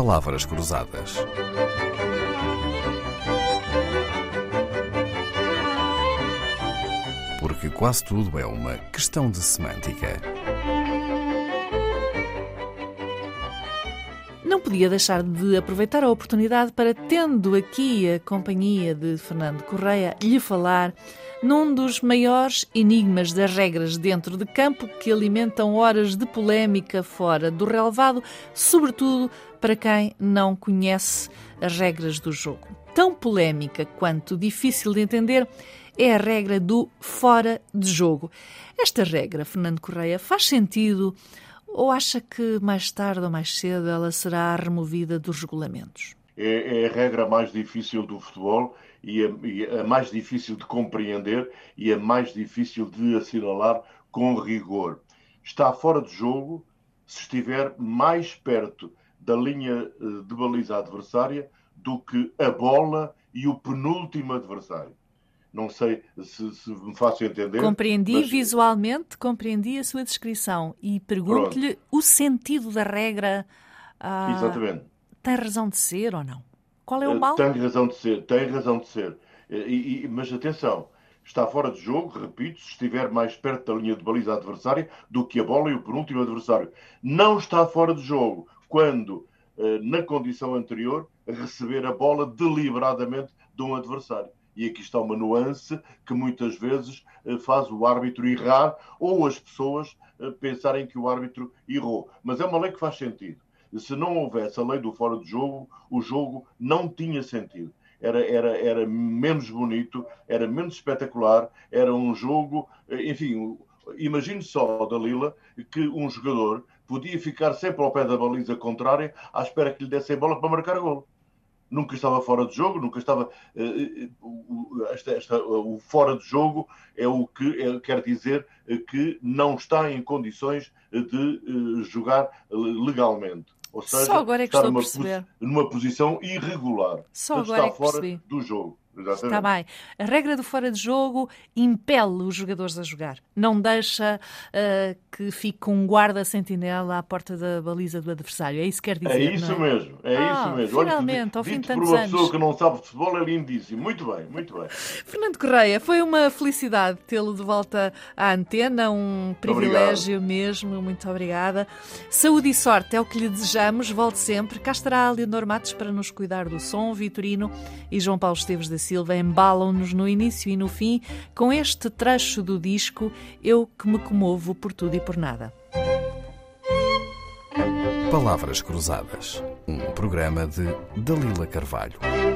Palavras cruzadas. Porque quase tudo é uma questão de semântica. Não podia deixar de aproveitar a oportunidade para, tendo aqui a companhia de Fernando Correia, lhe falar num dos maiores enigmas das regras dentro de campo que alimentam horas de polémica fora do relevado, sobretudo para quem não conhece as regras do jogo. Tão polémica quanto difícil de entender é a regra do fora de jogo. Esta regra, Fernando Correia, faz sentido ou acha que mais tarde ou mais cedo ela será removida dos regulamentos? É a regra mais difícil do futebol e a mais difícil de compreender e a mais difícil de assinalar com rigor. Está fora de jogo se estiver mais perto da linha de baliza adversária do que a bola e o penúltimo adversário. Não sei se me faço entender. Compreendi visualmente, compreendi a sua descrição e pergunto-lhe o sentido da regra. Exatamente. Tem razão de ser ou não? Qual é o mal? Tem razão de ser. Mas atenção, está fora de jogo, repito, se estiver mais perto da linha de baliza adversária do que a bola e o penúltimo adversário. Não está fora de jogo quando, na condição anterior, receber a bola deliberadamente de um adversário. E aqui está uma nuance que muitas vezes faz o árbitro errar ou as pessoas pensarem que o árbitro errou. Mas é uma lei que faz sentido. Se não houvesse a lei do fora de jogo, o jogo não tinha sentido. Era menos bonito, era menos espetacular, era um jogo... Enfim, imagine só, Dalila, que um jogador podia ficar sempre ao pé da baliza contrária à espera que lhe dessem bola para marcar golo. Nunca estava fora de jogo, nunca estava... o fora de jogo é o que quer dizer que não está em condições de jogar legalmente. Ou seja, só agora é que estar estou a perceber. numa posição irregular. Só agora está é que fora percebi. do jogo. Exatamente. Está bem. A regra do fora de jogo impele os jogadores a jogar. Não deixa que fique um guarda-sentinela à porta da baliza do adversário. É isso que quer dizer, É isso não é? mesmo. É isso mesmo. Finalmente, ao fim de dito por tantos uma anos. pessoa que não sabe de futebol é lindíssimo. Muito bem, muito bem. Fernando Correia, foi uma felicidade tê-lo de volta à antena, um privilégio mesmo, muito obrigada. Saúde e sorte é o que lhe desejamos, volte sempre. Cá estará a Leonor Matos para nos cuidar do som. Vitorino e João Paulo Esteves da Silva embalam-nos no início e no fim com este trecho do disco Eu que me comovo por tudo e por nada. Palavras cruzadas. Um programa de Dalila Carvalho.